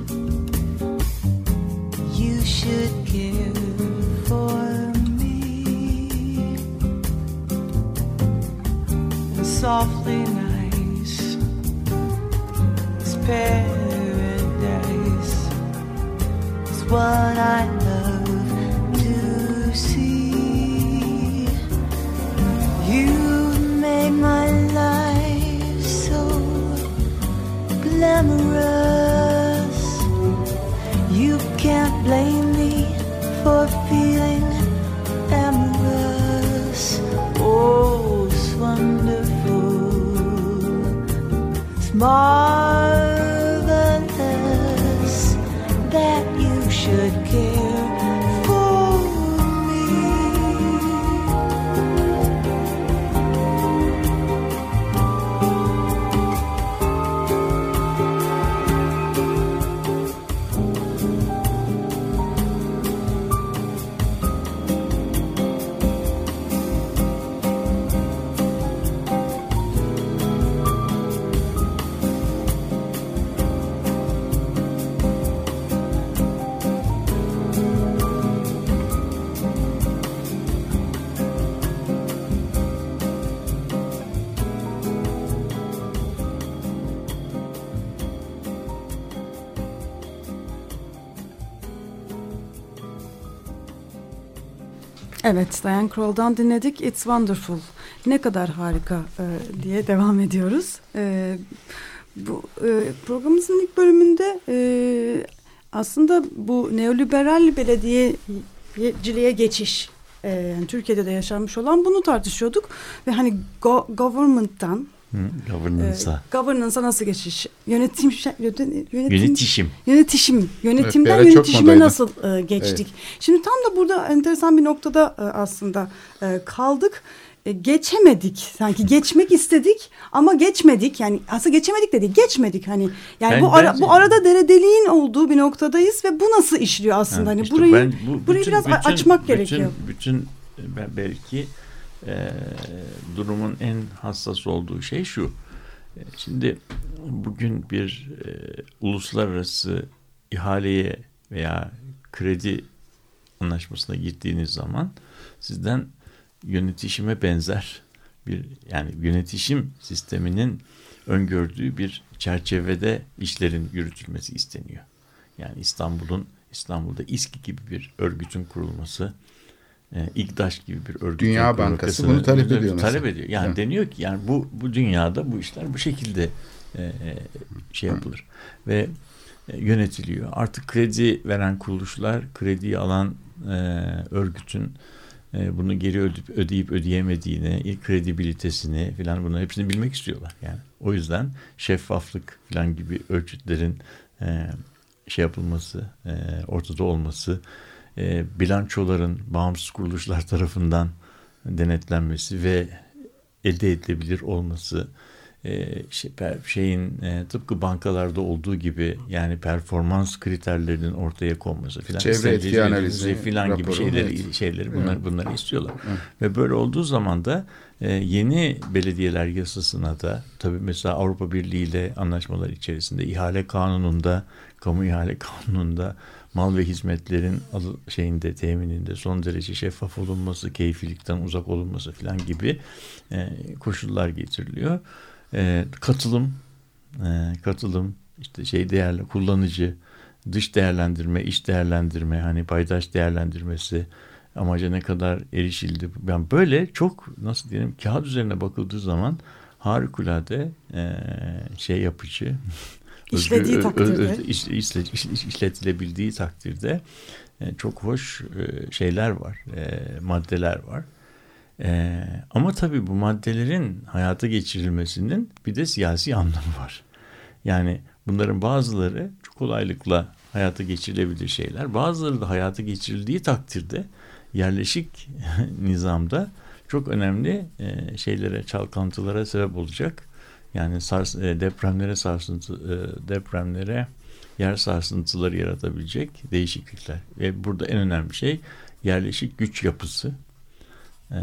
you should care for me. And softly nice, it's paradise. It's what I love to see. You made my life so glamorous. You can't blame me for feeling amorous. Oh, it's wonderful, it's marvelous that you should care for me. Evet, Diane Kroll'dan dinledik. It's Wonderful. Ne kadar harika e, diye devam ediyoruz. E, bu e, programımızın ilk bölümünde e, aslında bu neoliberal belediyeciliğe geçiş, e, yani Türkiye'de de yaşanmış olan bunu tartışıyorduk ve hani go, government'tan Governance'a. E, governance'a nasıl geçiş? Yönetim, yönetim, yönetişim. Yönetişim. Yönetimden evet, yönetişime nasıl e, geçtik? Evet. Şimdi tam da burada enteresan bir noktada e, aslında e, kaldık. E, geçemedik. Sanki geçmek istedik ama geçmedik. Yani aslında geçemedik de değil, geçmedik hani. Yani ben, bu ara, bu arada deredeliğin olduğu bir noktadayız ve bu nasıl işliyor aslında? Yani işte burayı ben, bu, burayı bütün, biraz bütün, açmak bütün, gerekiyor. Bütün belki e, durumun en hassas olduğu şey şu. Şimdi bugün bir e, uluslararası ihaleye veya kredi anlaşmasına gittiğiniz zaman sizden yönetişime benzer bir, yani yönetişim sisteminin öngördüğü bir çerçevede işlerin yürütülmesi isteniyor. Yani İstanbul'un İstanbul'da İSKİ gibi bir örgütün kurulması, e, İGDAŞ gibi bir örgütün Dünya Bankası bunu talep ediyor talep mesela. ediyor. Yani evet. Deniyor ki yani bu bu dünyada bu işler bu şekilde e, şey yapılır ve e, yönetiliyor. Artık kredi veren kuruluşlar, krediyi alan e, örgütün e, bunu geri ödeyip, ödeyip ödeyemediğini, kredibilitesini filan, bunların hepsini bilmek istiyorlar. Yani o yüzden şeffaflık filan gibi ölçütlerin e, şey yapılması, e, ortada olması, e, bilançoların bağımsız kuruluşlar tarafından denetlenmesi ve elde edilebilir olması, e, şey, şeyin e, tıpkı bankalarda olduğu gibi yani performans kriterlerinin ortaya konması filan, çevre etki analizi filan gibi şeyleri evet. şeyleri bunlar evet. bunları istiyorlar. Evet. Ve böyle olduğu zaman da e, yeni belediyeler yasasına da tabii mesela Avrupa Birliği ile anlaşmalar içerisinde ihale kanununda, kamu ihale kanununda mal ve hizmetlerin şeyinde temininde son derece şeffaf olunması, keyfilikten uzak olunması filan gibi e, koşullar getiriliyor. E, katılım, e, katılım, işte şey değerli, kullanıcı, dış değerlendirme, iç değerlendirme, hani paydaş değerlendirmesi, amaca ne kadar erişildi. Yani böyle çok nasıl diyelim kağıt üzerine bakıldığı zaman harikulade e, şey yapıcı, İşlediği özgür, takdirde. Öz, öz, iş, işle, iş, işletilebildiği takdirde e, çok hoş e, şeyler var, e, maddeler var. E, ama tabii bu maddelerin hayata geçirilmesinin bir de siyasi anlamı var. Yani bunların bazıları çok kolaylıkla hayata geçirilebilir şeyler. Bazıları da hayata geçirildiği takdirde yerleşik nizamda çok önemli e, şeylere, çalkantılara sebep olacak. Yani sars, e, depremlere sarsıntı, e, depremlere yer sarsıntıları yaratabilecek değişiklikler. Ve burada en önemli şey yerleşik güç yapısı e,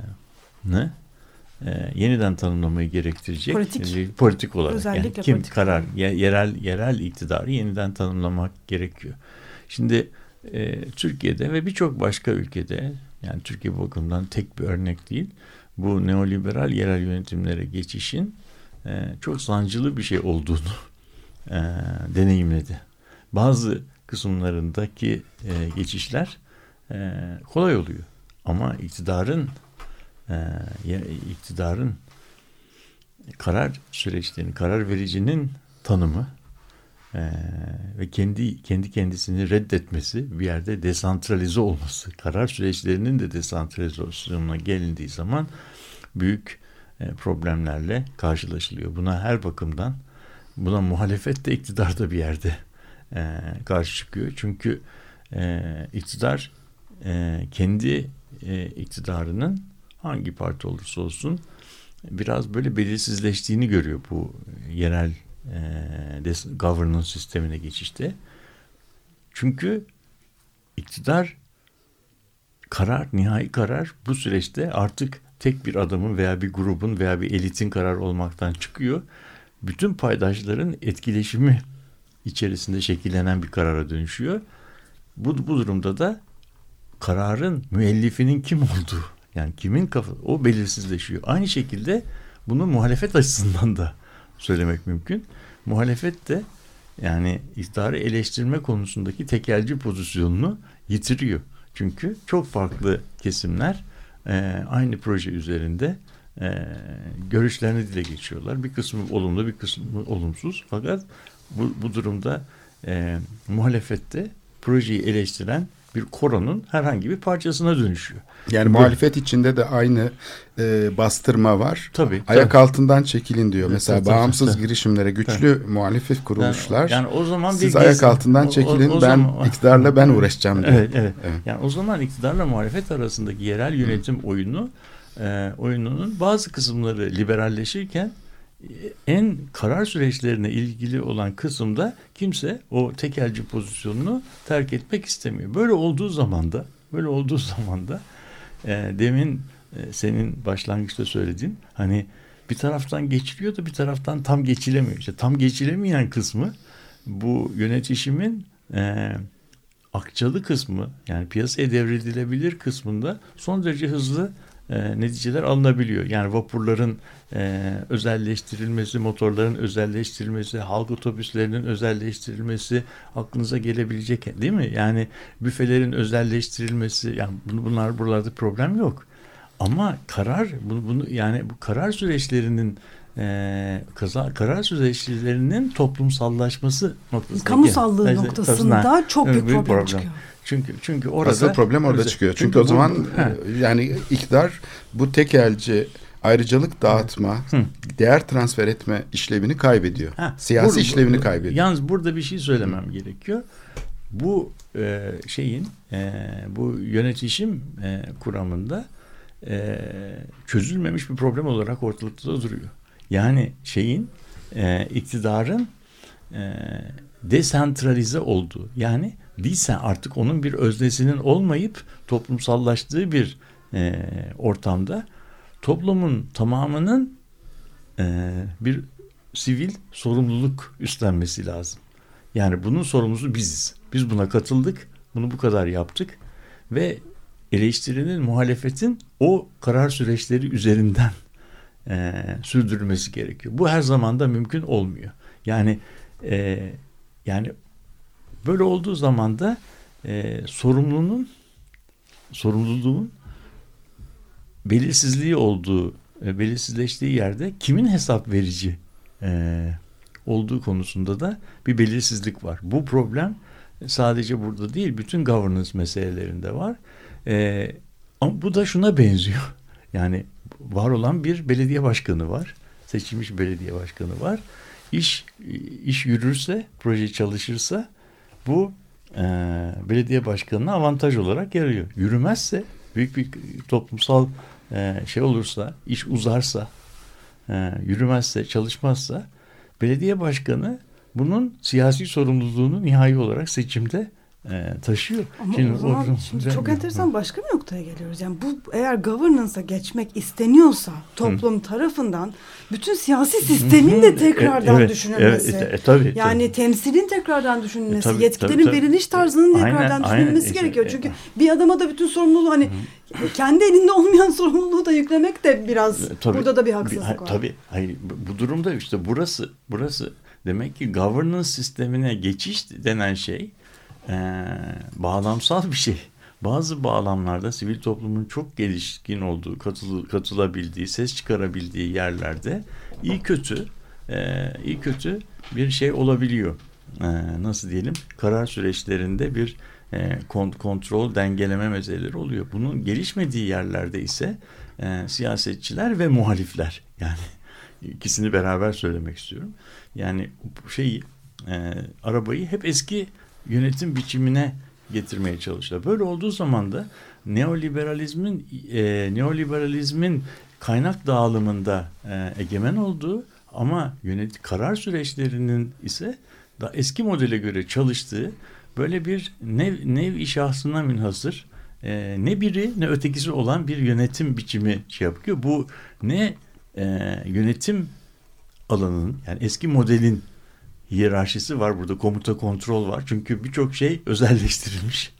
ne? E, yeniden tanımlamayı gerektirecek politik, e, politik olarak. Özellikle yani kim politik. karar, yerel yerel iktidarı yeniden tanımlamak gerekiyor. Şimdi e, Türkiye'de ve birçok başka ülkede, yani Türkiye bu bakımdan tek bir örnek değil, bu neoliberal yerel yönetimlere geçişin e, çok sancılı bir şey olduğunu e, deneyimledi. Bazı kısımlarındaki e, geçişler e, kolay oluyor. Ama iktidarın e, iktidarın karar süreçlerinin, karar vericinin tanımı e, ve kendi kendi kendisini reddetmesi, bir yerde desantralize olması, karar süreçlerinin de desantralizasyonuna gelindiği zaman büyük e, problemlerle karşılaşılıyor. Buna her bakımdan, buna muhalefet de iktidar da bir yerde e, karşı çıkıyor. Çünkü e, iktidar e, kendi e, iktidarının hangi parti olursa olsun biraz böyle belirsizleştiğini görüyor bu yerel e, governance sistemine geçişte. Çünkü iktidar karar, nihai karar bu süreçte artık tek bir adamın veya bir grubun veya bir elitin karar olmaktan çıkıyor. Bütün paydaşların etkileşimi içerisinde şekillenen bir karara dönüşüyor. Bu, bu durumda da kararın müellifinin kim olduğu, yani kimin kafa, o belirsizleşiyor. Aynı şekilde bunu muhalefet açısından da söylemek mümkün. Muhalefet de yani iktidarı eleştirme konusundaki tekelci pozisyonunu yitiriyor. Çünkü çok farklı kesimler e, aynı proje üzerinde e, görüşlerini dile geçiyorlar. Bir kısmı olumlu, bir kısmı olumsuz. Fakat bu, bu durumda e, muhalefette projeyi eleştiren bir koronun herhangi bir parçasına dönüşüyor. Yani bu, muhalefet içinde de aynı e, bastırma var. Tabii. Ayak tabii. altından çekilin diyor. Mesela tabii, bağımsız tabii. girişimlere güçlü tabii. muhalefet kuruluşlar. Yani, yani o zaman siz ayak gezin, altından çekilin, o, o, o ben zaman, iktidarla ben uğraşacağım diyor. Evet, evet. evet. Yani o zaman iktidarla muhalefet arasındaki yerel yönetim Hı. oyunu e, oyununun bazı kısımları liberalleşirken en karar süreçlerine ilgili olan kısımda kimse o tekelci pozisyonunu terk etmek istemiyor. Böyle olduğu zaman da, böyle olduğu zaman da e, demin e, senin başlangıçta söylediğin, hani bir taraftan geçiliyor da bir taraftan tam geçilemiyor. İşte tam geçilemeyen kısmı bu yönetişimin e, akçalı kısmı, yani piyasaya devredilebilir kısmında son derece hızlı e, neticeler alınabiliyor. Yani vapurların e, özelleştirilmesi, motorların özelleştirilmesi, halk otobüslerinin özelleştirilmesi aklınıza gelebilecek değil mi? Yani büfelerin özelleştirilmesi, yani bunlar buralarda problem yok. Ama karar bunu, bunu yani bu karar süreçlerinin e, kaza, karar süreçlerinin toplumsallaşması noktasında, kamusallığı yani, noktasında tabii, çok büyük problem, problem çıkıyor. Çünkü çünkü orada asıl problem orada çıkıyor. Çünkü, çünkü o zaman bu, yani iktidar bu tekelci ayrıcalık dağıtma, Hı. değer transfer etme işlevini kaybediyor. Ha, Siyasi bur, işlevini bur, kaybediyor. Yalnız burada bir şey söylemem Hı. gerekiyor. Bu e, şeyin e, bu yönetişim e, kuramında e, çözülmemiş bir problem olarak ortalıkta da duruyor. Yani şeyin e, iktidarın e, desentralize olduğu, yani değilse artık onun bir öznesinin olmayıp toplumsallaştığı bir e, ortamda toplumun tamamının e, bir sivil sorumluluk üstlenmesi lazım. Yani bunun sorumlusu biziz. Biz buna katıldık, bunu bu kadar yaptık ve eleştirinin, muhalefetin o karar süreçleri üzerinden e, sürdürülmesi gerekiyor. Bu her zaman da mümkün olmuyor. Yani e, yani böyle olduğu zaman da e, sorumluluğun sorumluluğun belirsizliği olduğu, e, belirsizleştiği yerde kimin hesap verici e, olduğu konusunda da bir belirsizlik var. Bu problem sadece burada değil, bütün governance meselelerinde var. E, ama bu da şuna benziyor. Yani var olan bir belediye başkanı var. Seçilmiş belediye başkanı var. İş iş yürürse, proje çalışırsa bu e, belediye başkanına avantaj olarak yarıyor. Yürümezse, büyük bir toplumsal e, şey olursa, iş uzarsa, e, yürümezse, çalışmazsa belediye başkanı bunun siyasi sorumluluğunu nihai olarak seçimde e, taşıyor. Ama şimdi o zaman o, şimdi çok enteresan başka bir noktaya geliyoruz. Yani bu eğer governance'a geçmek isteniyorsa toplum Hı. tarafından bütün siyasi sistemin de tekrardan evet, düşünülmesi. Evet, e, tabii, yani tabii. temsilin tekrardan düşünülmesi, E, tabii, yetkilerin tabii, tabii. veriliş tarzının tekrardan aynen, düşünülmesi aynen. gerekiyor. Çünkü bir adama da bütün sorumluluğu hani Hı. kendi elinde olmayan sorumluluğu da yüklemek de biraz tabii, burada da bir haksızlık bir, var. Tabii. Hayır, bu durumda işte burası burası demek ki governance sistemine geçiş denen şey Ee, bağlamsal bir şey. Bazı bağlamlarda sivil toplumun çok gelişkin olduğu, katıl, katılabildiği, ses çıkarabildiği yerlerde iyi kötü e, iyi kötü bir şey olabiliyor. Ee, nasıl diyelim? Karar süreçlerinde bir e, kont- kontrol, dengeleme meseleleri oluyor. Bunun gelişmediği yerlerde ise e, siyasetçiler ve muhalifler, yani ikisini beraber söylemek istiyorum. Yani şeyi e, arabayı hep eski yönetim biçimine getirmeye çalışıyor. Böyle olduğu zaman da neoliberalizmin e, neoliberalizmin kaynak dağılımında e, egemen olduğu ama yönet karar süreçlerinin ise daha eski modele göre çalıştığı böyle bir nev, nev-i şahsına münhasır e, ne biri ne ötekisi olan bir yönetim biçimi şey yapıyor. Bu ne e, yönetim alanının, yani eski modelin hiyerarşisi var burada, komuta kontrol var. Çünkü birçok şey özelleştirilmiş.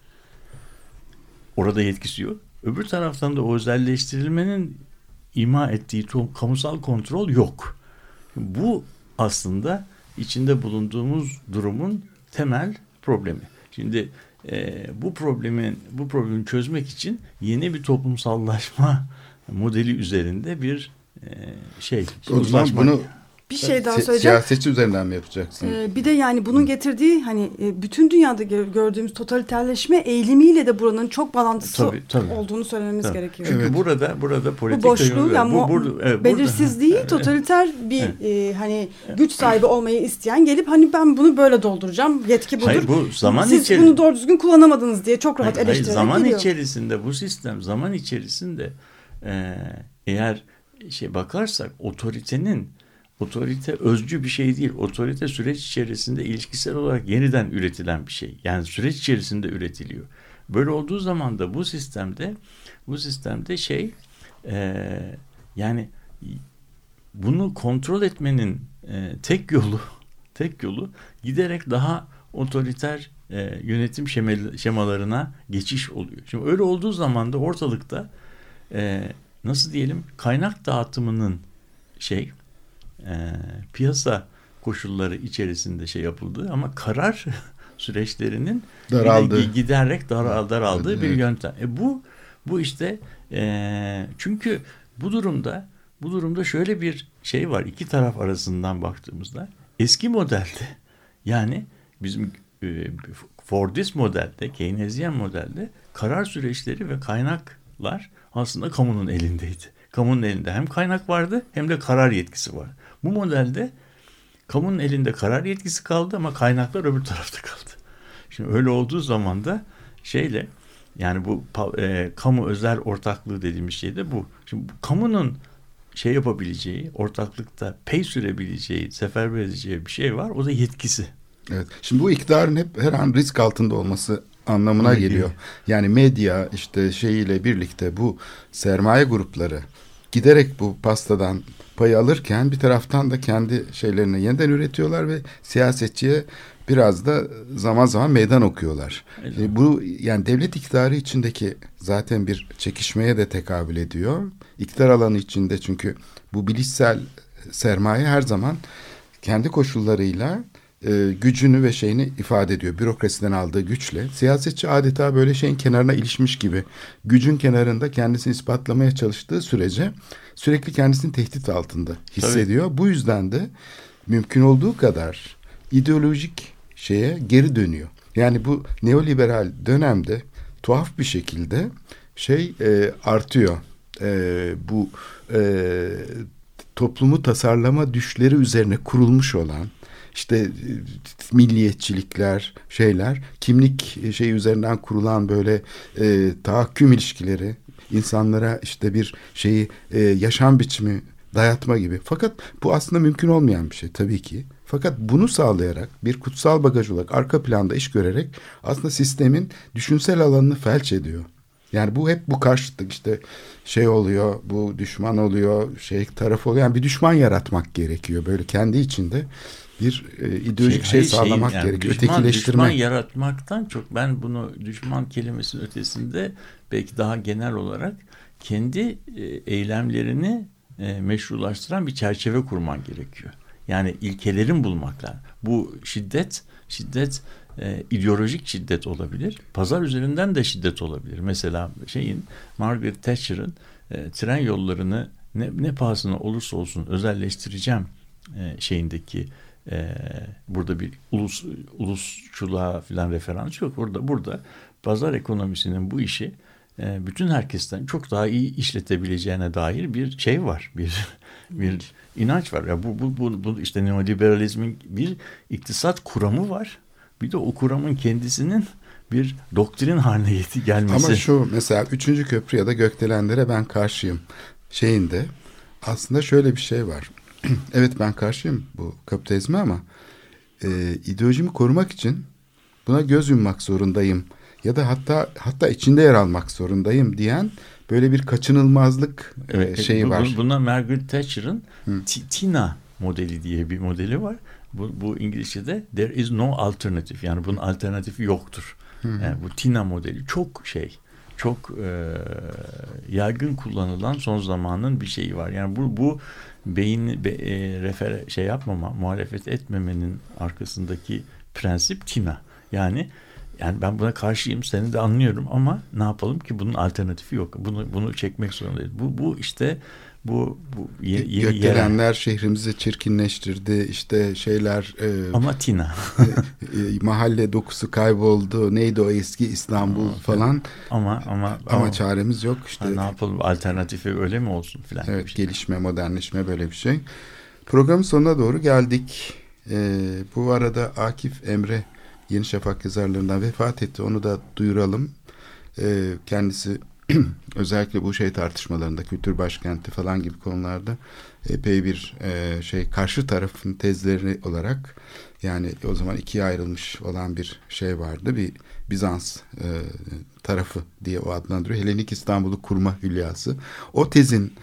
Orada yetkisi yok. Öbür taraftan da o özelleştirilmenin ima ettiği to- kamusal kontrol yok. Bu aslında içinde bulunduğumuz durumun temel problemi. Şimdi e, bu problemin bu problemi çözmek için yeni bir toplumsallaşma modeli üzerinde bir e, şey. O zaman bunu bir şey daha Si- söyleyeceğim. Siyasetçi üzerinden mi yapacaksın? Ee, bir de yani bunun getirdiği hani bütün dünyada gördüğümüz totaliterleşme eğilimiyle de buranın çok bağlantısı tabii, tabii. olduğunu söylememiz tabii. gerekiyor. Çünkü evet. burada burada politika bu boşluğu yani bu, burada, evet, belirsizliği burada. totaliter bir evet. e, hani güç sahibi olmayı isteyen gelip hani ben bunu böyle dolduracağım, yetki budur. Hayır, bu zaman Siz içeri... bunu doğru düzgün kullanamadınız diye çok rahat hayır, eleştirerek hayır, zaman geliyor. içerisinde bu sistem zaman içerisinde e, eğer şey bakarsak otoritenin Otorite özcü bir şey değil. Otorite süreç içerisinde ilişkisel olarak yeniden üretilen bir şey. Yani süreç içerisinde üretiliyor. Böyle olduğu zaman da bu sistemde bu sistemde şey e, yani bunu kontrol etmenin e, tek yolu tek yolu giderek daha otoriter e, yönetim şemel, şemalarına geçiş oluyor. Şimdi öyle olduğu zaman da ortalıkta e, nasıl diyelim kaynak dağıtımının şey e, piyasa koşulları içerisinde şey yapıldığı ama karar süreçlerinin daraldı. giderek daral, daraldığı evet. bir yöntem. E bu bu işte e, çünkü bu durumda bu durumda şöyle bir şey var. İki taraf arasından baktığımızda eski modelde yani bizim e, Fordist modelde, Keynesyen modelde karar süreçleri ve kaynaklar aslında kamunun elindeydi. Kamunun elinde hem kaynak vardı hem de karar yetkisi var. Bu modelde kamunun elinde karar yetkisi kaldı ama kaynaklar öbür tarafta kaldı. Şimdi öyle olduğu zaman da şeyle yani bu e, kamu özel ortaklığı dediğimiz şey de bu. Şimdi bu, kamunun şey yapabileceği, ortaklıkta pay sürebileceği, seferber edeceği bir şey var. O da yetkisi. Evet. Şimdi bu iktidarın hep her an risk altında olması anlamına geliyor. Yani medya işte şeyiyle birlikte bu sermaye grupları giderek bu pastadan payı alırken bir taraftan da kendi şeylerini yeniden üretiyorlar ve siyasetçiye biraz da zaman zaman meydan okuyorlar. E, bu yani devlet iktidarı içindeki zaten bir çekişmeye de tekabül ediyor. İktidar alanı içinde çünkü bu bilişsel sermaye her zaman kendi koşullarıyla e, gücünü ve şeyini ifade ediyor. Bürokrasiden aldığı güçle. Siyasetçi adeta böyle şeyin kenarına ilişmiş gibi gücün kenarında kendisini ispatlamaya çalıştığı sürece sürekli kendisini tehdit altında hissediyor. Tabii. Bu yüzden de mümkün olduğu kadar ideolojik şeye geri dönüyor. Yani bu neoliberal dönemde tuhaf bir şekilde şey e, artıyor. E, bu e, toplumu tasarlama düşleri üzerine kurulmuş olan işte e, milliyetçilikler, şeyler, kimlik şey üzerinden kurulan böyle e, tahakküm ilişkileri, insanlara işte bir şeyi e, yaşam biçimi dayatma gibi. Fakat bu aslında mümkün olmayan bir şey tabii ki. Fakat bunu sağlayarak bir kutsal bagaj olarak arka planda iş görerek aslında sistemin düşünsel alanını felç ediyor. Yani bu hep bu karşıtlık işte şey oluyor, bu düşman oluyor, şey taraf oluyor. Yani bir düşman yaratmak gerekiyor. Böyle kendi içinde bir e, ideolojik şey, şey sağlamak şeyin, yani gerekiyor. Düşman, ötekileştirme. Düşman yaratmaktan çok ben bunu düşman kelimesinin ötesinde belki daha genel olarak kendi e, eylemlerini e, meşrulaştıran bir çerçeve kurman gerekiyor. Yani ilkelerin bulmak lazım. Bu şiddet, şiddet e, ideolojik şiddet olabilir. Pazar üzerinden de şiddet olabilir. Mesela şeyin Margaret Thatcher'ın e, tren yollarını ne, ne pahasına olursa olsun özelleştireceğim e, şeyindeki e, burada bir ulus ulusçuluğa falan referans yok. Burada burada pazar ekonomisinin bu işi e, bütün herkesten çok daha iyi işletebileceğine dair bir şey var. Bir bir inanç var. Ya bu, bu, bu, bu işte neoliberalizmin bir iktisat kuramı var. Bir de o kuramın kendisinin bir doktrin haline gelmesi. Ama şu mesela üçüncü köprü ya da gökdelenlere ben karşıyım. Şeyinde aslında şöyle bir şey var. Evet ben karşıyım bu kapitalizme ama e, ideolojimi korumak için buna göz yummak zorundayım. Ya da hatta hatta içinde yer almak zorundayım diyen böyle bir kaçınılmazlık evet, e, şeyi bu, var. Buna Margaret Thatcher'ın Tina modeli diye bir modeli var. Bu, bu İngilizce'de there is no alternative. Yani bunun alternatifi yoktur. Hı hı. Yani bu Tina modeli çok şey, çok e, yaygın kullanılan son zamanın bir şeyi var. Yani bu bu beyin be, e, refer şey yapmama, muhalefet etmemenin arkasındaki prensip Tina. Yani yani ben buna karşıyım, seni de anlıyorum ama ne yapalım ki bunun alternatifi yok. Bunu bunu çekmek zorundayız. Bu bu işte bu bu ye, ye, gökdelenler yerel. şehrimizi çirkinleştirdi. İşte şeyler e, ama Tina e, e, mahalle dokusu kayboldu. Neydi o eski İstanbul ama, falan. Ama ama ama ama çaremiz yok işte. Ha, ne yapalım alternatifi öyle mi olsun filan. Evet şey. Gelişme, modernleşme böyle bir şey. Programın sonuna doğru geldik. E, bu arada Akif Emre Yeni Şafak yazarlarından vefat etti. Onu da duyuralım. E, kendisi özellikle bu şey tartışmalarında kültür başkenti falan gibi konularda epey bir e, şey karşı tarafın tezleri olarak yani o zaman ikiye ayrılmış olan bir şey vardı. Bir Bizans e, tarafı diye o adlandırıyor. Helenik İstanbul'u kurma hülyası. O tezin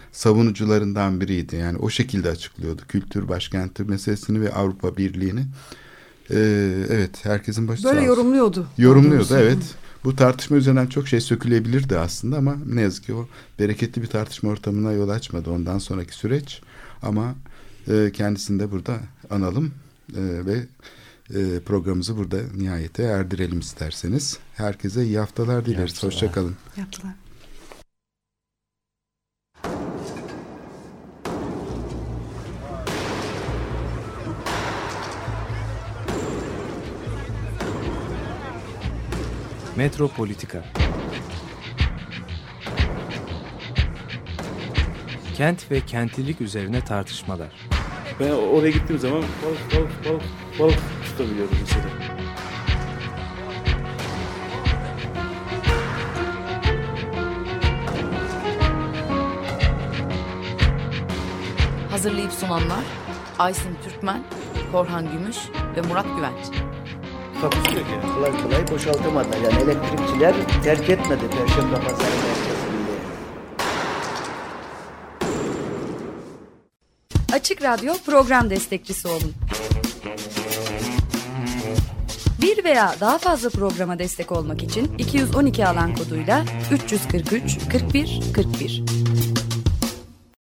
savunucularından biriydi. Yani o şekilde açıklıyordu. Kültür başkenti meselesini ve Avrupa Birliği'ni. Ee, evet, herkesin başı Böyle sağ olsun. yorumluyordu. Yorumluyordu, evet. Bu tartışma üzerinden çok şey sökülebilirdi aslında ama ne yazık ki o bereketli bir tartışma ortamına yol açmadı ondan sonraki süreç. Ama e, kendisini de burada analım e, ve e, programımızı burada nihayete erdirelim isterseniz. Herkese iyi haftalar dileriz. Hoşçakalın. Yaptılar. Metropolitika. Kent ve kentlilik üzerine tartışmalar. Ben oraya gittiğim zaman balık balık balık balık tutabiliyorum mesela. Hazırlayıp sunanlar Aysin Türkmen, Korhan Gümüş ve Murat Güvenç. Takusu yok yani. Kolay kolay boşaltamadı. Yani elektrikçiler terk etmedi Perşembe Pazarı merkezinde. Açık Radyo program destekçisi olun. Bir veya daha fazla programa destek olmak için iki yüz on iki alan koduyla üç yüz kırk üç kırk bir kırk bir.